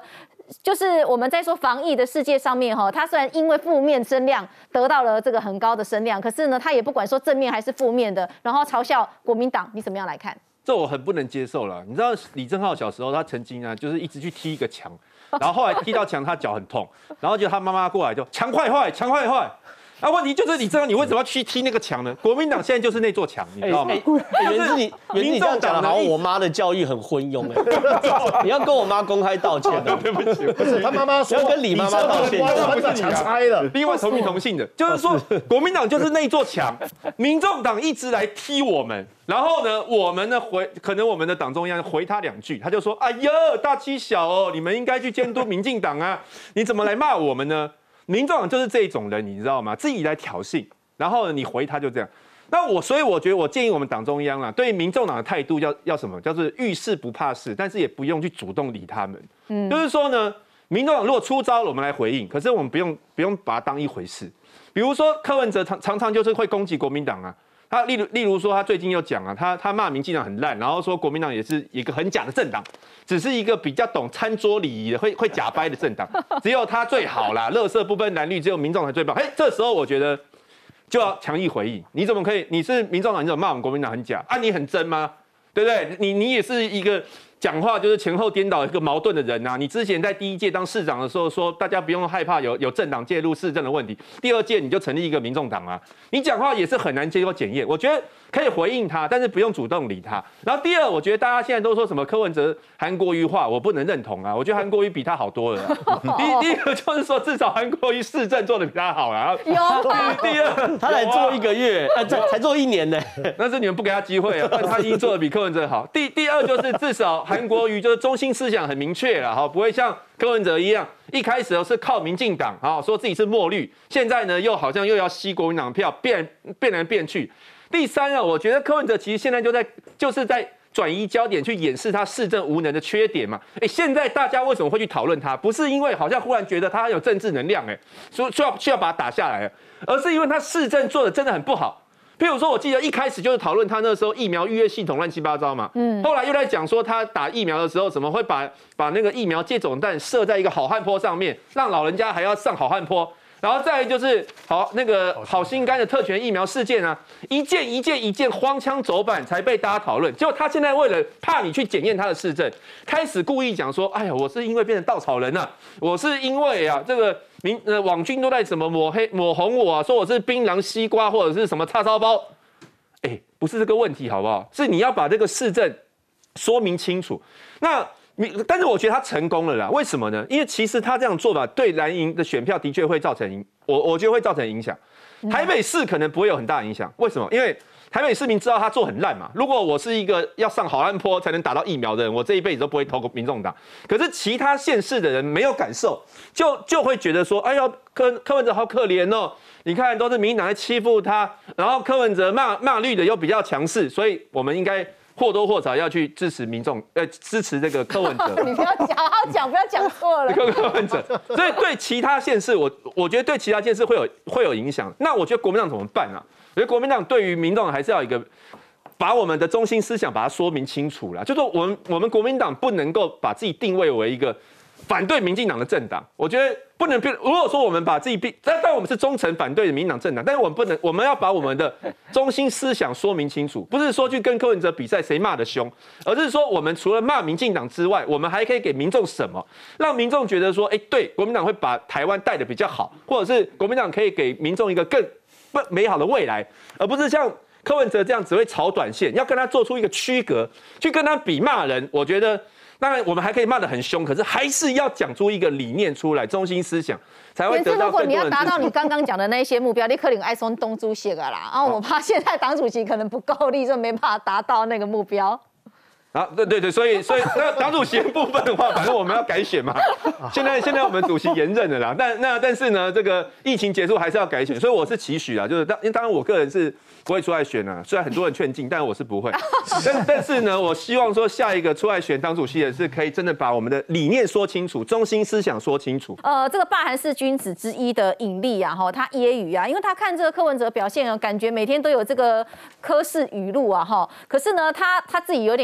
就是我们在说防疫的世界上面哈，它虽然因为负面声量得到了这个很高的声量，可是呢，它也不管说正面还是负面的，然后嘲笑国民党，你怎么样来看？ 这我很不能接受了。你知道李正浩小时候，他曾经啊，就是一直去踢一个墙，然后后来踢到墙，他脚很痛，然后就他妈妈过来就墙坏坏，墙坏坏。啊，问题就是你知道你为什么要去踢那个墙呢？国民党现在就是那座墙，你知道吗？ 原子你这样讲的好像我妈的教育很昏庸哎，你要跟我妈公开道歉的。 对不起， 不是他妈妈说要跟李妈妈道歉， 不是墙拆了， 另外同名同姓的，就是说国民党就是那座墙，民众党一直来踢我们。然后呢，我们呢可能我们的党中央回他2句，他就说：“哎呀，大欺小哦，你们应该去监督民进党啊，你怎么来骂我们呢？”民众党就是这一种人，你知道吗？自己来挑衅，然后呢你回他就这样。所以我觉得我建议我们党中央啊，对民众党的态度要什么？叫做遇事不怕事，但是也不用去主动理他们。就是说呢，民众党如果出招了，我们来回应，可是我们不用把它当一回事。比如说柯文哲常常就是会攻击国民党啊。他例如说，他最近又讲啊，他骂民进党很烂，然后说国民党也是一个很假的政党，只是一个比较懂餐桌礼仪的，会假掰的政党，只有他最好啦，垃圾不分蓝绿，只有民众党最棒。这时候我觉得就要强力回应，你怎么可以？你是民众党，你怎么骂我们国民党很假啊？你很真吗？对不对？你也是一个讲话就是前后颠倒一个矛盾的人啊！你之前在第1届当市长的时候说，大家不用害怕有政党介入市政的问题。第2届你就成立一个民众党啊，你讲话也是很难接受检验。我觉得可以回应他，但是不用主动理他。然后第2，我觉得大家现在都说什么柯文哲韩国瑜化，我不能认同啊。我觉得韩国瑜比他好多了。第一个就是说，至少韩国瑜市政做得比他好啊。 有。 第2，他才做1个月，才做1年呢。 那是你们不给他机会啊，但他已经做得比柯文哲好。第2就是至少韩国瑜就是中心思想很明确了，哈，不会像柯文哲一样，一开始是靠民进党，啊，说自己是墨绿，现在呢好像又要吸国民党票，变来变去。第3啊，我觉得柯文哲其实现在就是在转移焦点去掩饰他市政无能的缺点嘛。现在大家为什么会去讨论他？不是因为好像忽然觉得他有政治能量，需要把他打下来，而是因为他市政做的真的很不好。譬如说，我记得一开始就是讨论他那时候疫苗预约系统乱七八糟嘛，后来又在讲说他打疫苗的时候怎么会把那个疫苗接种站设在一个好汉坡上面，让老人家还要上好汉坡。然后再来就是好心肝的特权疫苗事件啊，一件荒腔走板才被大家讨论。结果他现在为了怕你去检验他的市政，开始故意讲说，哎呀，我是因为变成稻草人了，我是因为啊这个网军都在什么抹红我啊，说我是槟榔西瓜或者是什么叉烧包，不是这个问题好不好？是你要把这个市政说明清楚。但是我觉得他成功了啦，为什么呢？因为其实他这样做法对蓝营的选票的确会造成我觉得会造成影响。台北市可能不会有很大影响，为什么？因为台北市民知道他做很烂嘛。如果我是一个要上好汉坡才能打到疫苗的人，我这一辈子都不会投民众党。可是其他县市的人没有感受，就会觉得说，哎呦，柯文哲好可怜哦，你看都是民进党在欺负他，然后柯文哲骂绿的又比较强势，所以我们应该或多或少要去支持支持这个柯文哲。 你不要好好讲，不要讲错了。 柯文哲，所以对其他县市，我觉得对其他县市会有影响。那我觉得国民党怎么办啊？我觉得国民党对于民众还是要一个把我们的中心思想把它说明清楚啦。就是我们国民党不能够把自己定位为一个反对民进党的政党，我觉得不能。如果说我们把自己但我们是忠诚反对民进党政党，但是我们要把我们的中心思想说明清楚，不是说去跟柯文哲比赛谁骂得凶，而是说我们除了骂民进党之外，我们还可以给民众什么，让民众觉得说，对，国民党会把台湾带得比较好，或者是国民党可以给民众一个更美好的未来，而不是像柯文哲这样只会炒短线，要跟他做出一个区隔，去跟他比骂人，我觉得。当然，我们还可以骂得很凶，可是还是要讲出一个理念出来，中心思想才会得到更多人支持。如果你要达到你刚刚讲的那些目标，你可能爱送东猪血啊啦。然后我怕现在党主席可能不够力，就没办法达到那个目标。 啊，对，所以那党主席部分的话，反正我们要改选嘛。现在我们主席延任了啦，但是呢，这个疫情结束还是要改选，所以我是期许啦，就是当然我个人是不会出来选啊，虽然很多人劝进，但我是不会。但是呢，我希望说下一个出来选党主席的是可以真的把我们的理念说清楚，中心思想说清楚。 这个罢韩是君子之一的尹力啊，他揶揄啊，因为他看这个柯文哲表现啊，感觉每天都有这个柯式语录啊，可是呢，他自己有点枯手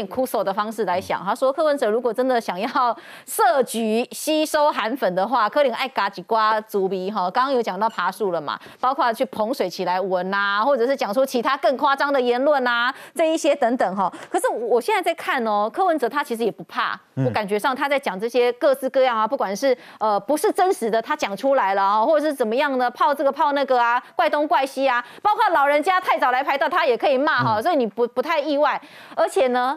的方式来想，他说柯文哲如果真的想要设局吸收韩粉的话，柯林爱嘎几瓜足鼻哈，刚刚有讲到爬树了嘛，包括去捧水起来闻啊，或者是讲出其他更夸张的言论啊，这一些等等哈。可是我现在在看哦，柯文哲他其实也不怕，我感觉上他在讲这些各式各样啊，不管是不是真实的，他讲出来了啊，或者是怎么样呢，泡这个泡那个啊，怪东怪西啊，包括老人家太早来排到他也可以骂哈，所以你不太意外。而且呢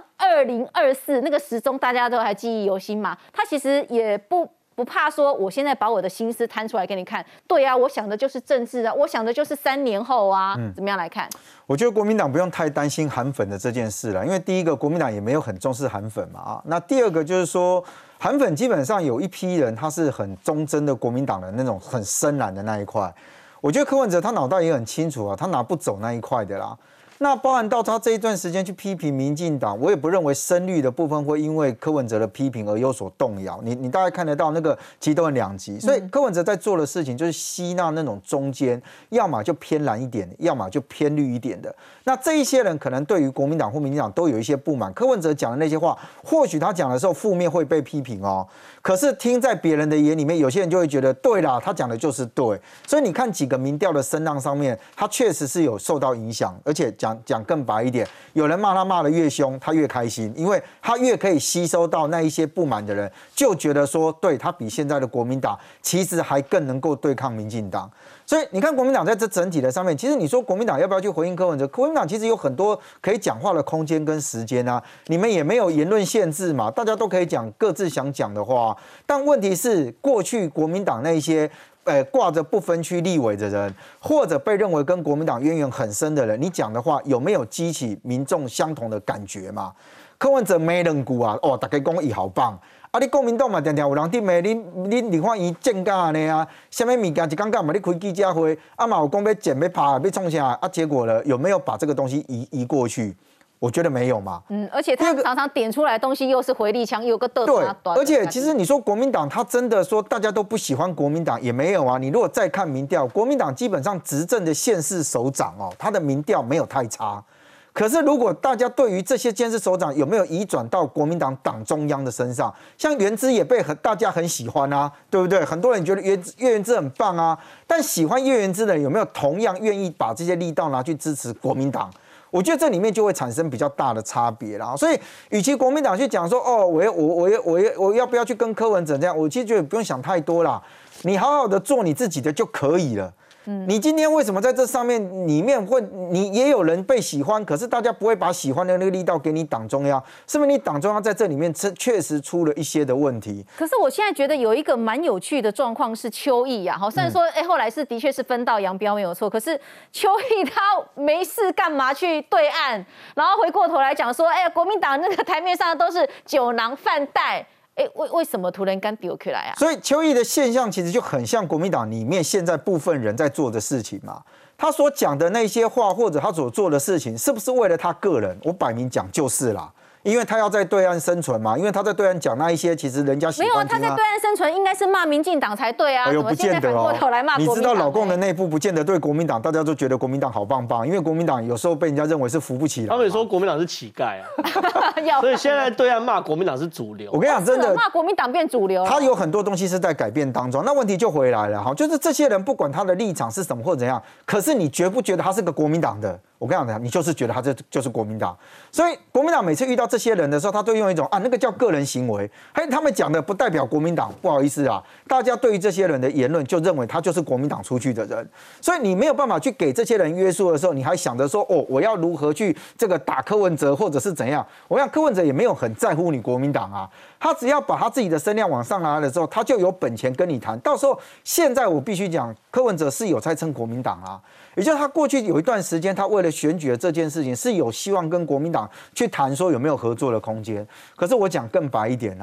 ，2024那个时钟大家都还记忆犹新嘛，他其实也不怕说，我现在把我的心思摊出来给你看。对啊，我想的就是政治啊，我想的就是3年后啊，怎么样来看？ 我觉得国民党不用太担心韩粉的这件事了，因为第一个国民党也没有很重视韩粉嘛啊。那第二个就是说，韩粉基本上有一批人他是很忠贞的国民党的那种很深蓝的那一块。我觉得柯文哲他脑袋也很清楚啊，他拿不走那一块的啦。那包含到他这一段时间去批评民进党，我也不认为深绿的部分会因为柯文哲的批评而有所动摇。你大概看得到那个其实都很两极，所以柯文哲在做的事情就是吸纳那种中间，要么就偏蓝一点，要么就偏绿一点的。那这一些人可能对于国民党或民进党都有一些不满。柯文哲讲的那些话，或许他讲的时候负面会被批评哦，可是听在别人的眼里面，有些人就会觉得对啦，他讲的就是对。所以你看几个民调的声浪上面，他确实是有受到影响，而且讲更白一点，有人骂他骂得越凶，他越开心，因为他越可以吸收到那一些不满的人，就觉得说，对他比现在的国民党其实还更能够对抗民进党。所以你看国民党在这整体的上面，其实你说国民党要不要去回应柯文哲？国民党其实有很多可以讲话的空间跟时间啊，你们也没有言论限制嘛，大家都可以讲各自想讲的话。但问题是，过去国民党那一些挂着不分区立委的人，或者被认为跟国民党渊源很深的人，你讲的话有没有激起民众相同的感觉嘛？柯文哲没人顾啊，大家讲伊好棒。啊！你国民党嘛，常常有人伫骂你立法院建假安尼啊，什么物件一讲嘛，你开记者会，啊嘛有讲要剪要拍要创啥啊？结果呢，有没有把这个东西移过去？我觉得没有嘛。 而且他常常点出来的东西又是回力枪，有个对， 而且其实你说国民党，他真的说大家都不喜欢国民党也没有啊。你如果再看民调，国民党基本上执政的县市首长哦，他的民调没有太差。可是，如果大家对于这些监事首长有没有移转到国民党党中央的身上，像元之也被大家很喜欢啊，对不对？很多人觉得岳元之很棒啊，但喜欢岳元之的人有没有同样愿意把这些力道拿去支持国民党？我觉得这里面就会产生比较大的差别啦。所以，与其国民党去讲说哦，我要不要去跟柯文哲这样，我其实觉得不用想太多啦，你好好的做你自己的就可以了。你今天为什么在这上面里面会，你也有人被喜欢，可是大家不会把喜欢的那个力道给你党中央，是不是你党中央在这里面确实出了一些的问题？ 可是我现在觉得有一个蛮有趣的状况是邱毅啊，虽然说后来的确是分道扬镳没有错，可是邱毅他没事干嘛去对岸，然后回过头来讲说，国民党那个台面上都是酒囊饭袋。为什么突然间丢起来啊？ 所以邱毅的现象其实就很像国民党里面现在部分人在做的事情嘛。他所讲的那些话，或者他所做的事情，是不是为了他个人？我摆明讲就是啦。因为他要在对岸生存嘛，因为他在对岸讲那一些，其实人家喜欢听啊。 没有，他在对岸生存应该是骂民进党才对啊。 哎呦，不见得哦。你知道老共的内部不见得对国民党，大家都觉得国民党好棒棒，因为国民党有时候被人家认为是扶不起来。 他们说国民党是乞丐啊，所以现在对岸骂国民党是主流。 我跟你讲，真的骂国民党变主流。 他有很多东西是在改变当中，那问题就回来了哈，就是这些人不管他的立场是什么或怎样，可是你觉不觉得他是个国民党的？我跟你讲，你就是觉得他这就是国民党，所以国民党每次遇到这些人的时候，他都用一种那个叫个人行为，他们讲的不代表国民党，不好意思啊，大家对于这些人的言论就认为他就是国民党出去的人，所以你没有办法去给这些人约束的时候，你还想着说我要如何去这个打柯文哲或者是怎样？我想柯文哲也没有很在乎你国民党啊，他只要把他自己的声量往上拉的时候，他就有本钱跟你谈。到时候现在我必须讲，柯文哲是有在撑国民党啊。也就是他过去有一段时间，他为了选举的这件事情是有希望跟国民党去谈说有没有合作的空间。可是我讲更白一点啦，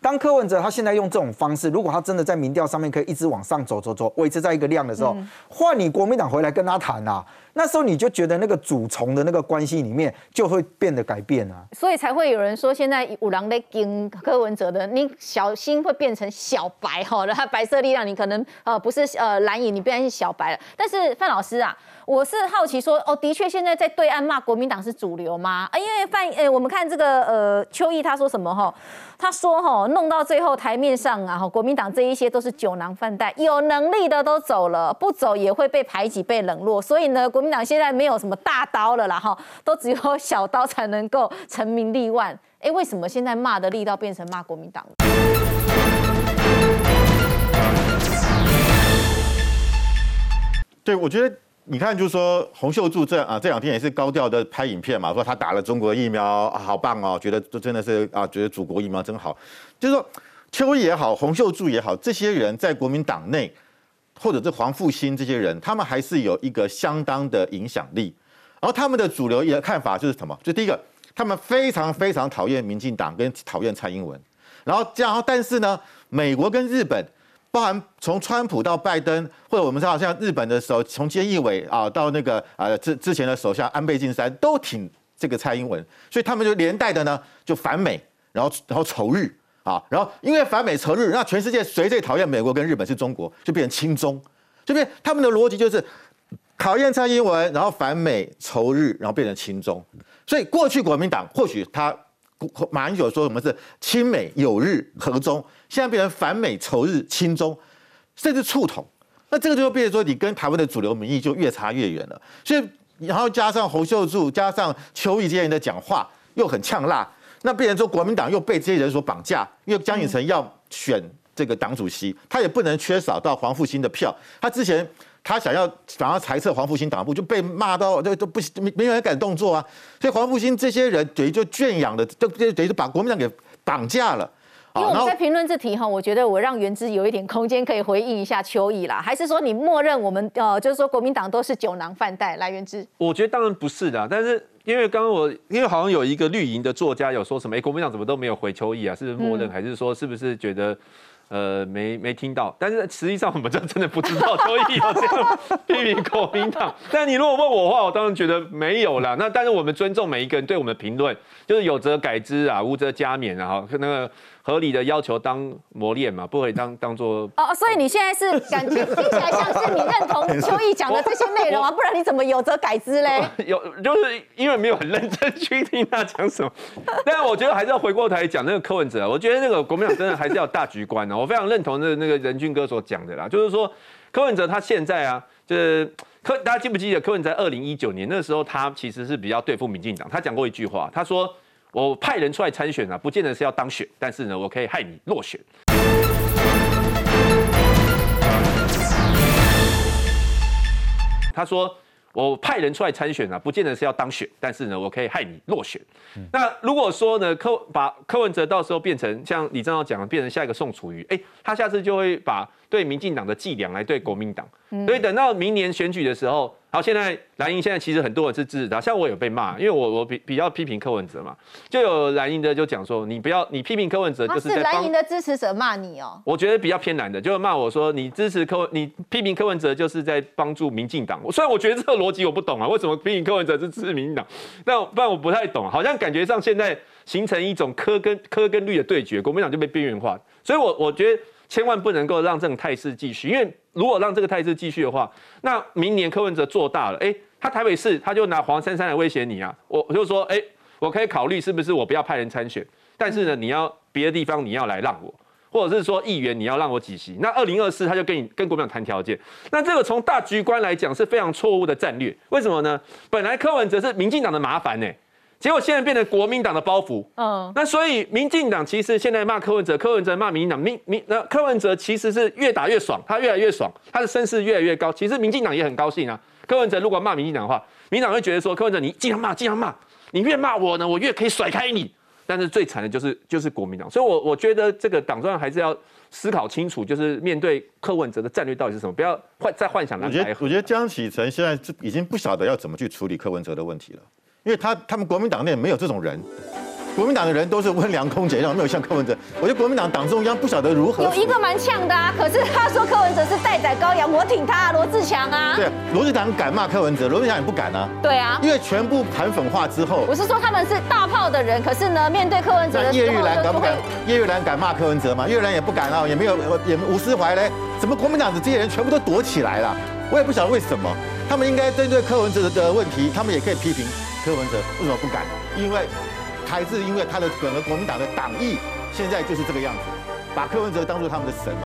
当柯文哲他现在用这种方式，如果他真的在民调上面可以一直往上走，维持在一个量的时候，换你国民党回来跟他谈啊，那时候你就觉得那个主从的那个关系里面就会变得改变啊。 所以才会有人说，现在有人在跟柯文哲的，你小心会变成小白哈，他白色力量你可能不是蓝营，你变成是小白了。但是范老师啊，我是好奇说，的确现在在对岸骂国民党是主流吗？因为我们看这个邱毅他说什么哈？他说弄到最后台面上啊，国民党这一些都是酒囊饭袋，有能力的都走了，不走也会被排挤、被冷落。所以呢，国民党现在没有什么大刀了啦，都只有小刀才能够成名立万。为什么现在骂的力道变成骂国民党？ 对，我觉得你看，就是说洪秀柱这两天也是高调的拍影片嘛，说他打了中国疫苗，好棒哦，觉得真的是觉得祖国疫苗真好。就是说邱毅也好，洪秀柱也好，这些人在国民党内，或者是黄复兴这些人，他们还是有一个相当的影响力。然后他们的主流的看法就是什么？就第一个，他们非常非常讨厌民进党跟讨厌蔡英文。然后但是呢，美国跟日本。包含从川普到拜登，或者我们知道像日本的时候，从菅义伟到那个之前的首相安倍晋三都挺这个蔡英文，所以他们就连带的呢就反美，然后仇日然后因为反美仇日，那全世界谁最讨厌美国跟日本是中国，就变成亲中，这边他们的逻辑就是讨厌蔡英文，然后反美仇日，然后变成亲中。所以过去国民党或许他马英九说我们是亲美友日和中，现在变成反美仇日亲中，甚至促统。那这个就变成说你跟台湾的主流民意就越差越远了。所以然后加上洪秀柱，加上邱毅这些人的讲话又很呛辣，那变成说国民党又被这些人所绑架，因为江启臣要选这个党主席，他也不能缺少到黄复兴的票。他之前他想要裁撤黄复兴党部，就被骂到都不没有人敢动作啊。所以黄复兴这些人等于就圈养的，就等于把国民党给绑架了。 因为我们在评论这题我觉得我让元之有一点空间可以回应一下邱毅啦，还是说你默认我们就是说国民党都是酒囊饭袋？来，元之，我觉得当然不是的，但是因为刚刚因为好像有一个绿营的作家有说什么，国民党怎么都没有回邱毅啊？是不是默认，还是说是不是觉得？没听到，但是实际上我们就真的不知道邱毅有这样批评国民党。但你如果问我的话，我当然觉得没有啦。那但是我们尊重每一个人对我们的评论，就是有则改之啊，无则加勉啊，那个合理的要求当磨练嘛，不可以当做所以你现在是感觉听起来像是你认同邱毅讲的这些内容啊，不然你怎么有则改之嘞？ 就是因为没有很认真去听他讲什么。但我觉得还是要回过头来讲那个柯文哲，我觉得那个国民党真的还是要大局观啊。我非常认同那个仁俊哥所讲的啦，就是说柯文哲他现在就是大家记不记得柯文哲在2019年那时候，他其实是比较对付民进党，他讲过一句话，他说我派人出来参选不见得是要当选，但是呢，我可以害你落选。他说我派人出来参选不见得是要当选，但是呢，我可以害你落选。那如果说呢，把柯文哲到时候变成像李正浩讲的，变成下一个宋楚瑜，他下次就会把对民进党的伎俩来对国民党。所以等到明年选举的时候，好，现在蓝营现在其实很多人是支持他，像我有被骂，因为我比较批评柯文哲嘛，就有蓝营的就讲说，你批评柯文哲就是在蓝营的支持者骂你哦。我觉得比较偏蓝的，就骂我说你批评柯文哲就是在帮助民进党。虽然我觉得这个逻辑我不懂为什么批评柯文哲是支持民进党，不然我不太懂，好像感觉上现在形成一种柯跟绿的对决，国民党就被边缘化，所以我觉得千万不能够让这种态势继续，因为如果让这个态势继续的话，那明年柯文哲做大了，他台北市他就拿黄珊珊来威胁你啊，我就说，我可以考虑是不是我不要派人参选，但是呢，你要别的地方你要来让我，或者是说议员你要让我几席，那2024他就跟国民党谈条件，那这个从大局观来讲是非常错误的战略，为什么呢？本来柯文哲是民进党的麻烦结果现在变成国民党的包袱，那所以民进党其实现在骂柯文哲，柯文哲骂民进党，柯文哲其实是越打越爽，他越来越爽，他的声势越来越高。其实民进党也很高兴啊。柯文哲如果骂民进党的话，民进党会觉得说，柯文哲你尽量骂，你越骂我呢，我越可以甩开你。但是最惨的就是国民党，所以我觉得这个党中央还是要思考清楚，就是面对柯文哲的战略到底是什么，不要再幻想蓝白合。 我觉得江启臣现在已经不晓得要怎么去处理柯文哲的问题了。因为他们国民党内没有这种人， 国民党的人都是温良恭俭让，没有像柯文哲。我觉得国民党党中央不晓得如何。 有一个蛮呛的啊，可是他说柯文哲是待宰羔羊，我挺他，罗志强啊。 对，罗志强敢骂柯文哲，罗志强也不敢啊。 对啊， 因为全部韩粉化之后， 我是说他们是大炮的人，可是呢，面对柯文哲的时候， 叶玉兰敢不敢？叶玉兰敢骂柯文哲吗？叶玉兰也不敢啊，也没有吴思怀嘞，怎么国民党的这些人全部都躲起来了？我也不晓得为什么，他们应该针对柯文哲的问题，他们也可以批评柯文哲，为什么不敢？因为还是因为他的整个国民党的党意现在就是这个样子，把柯文哲当作他们的神嘛。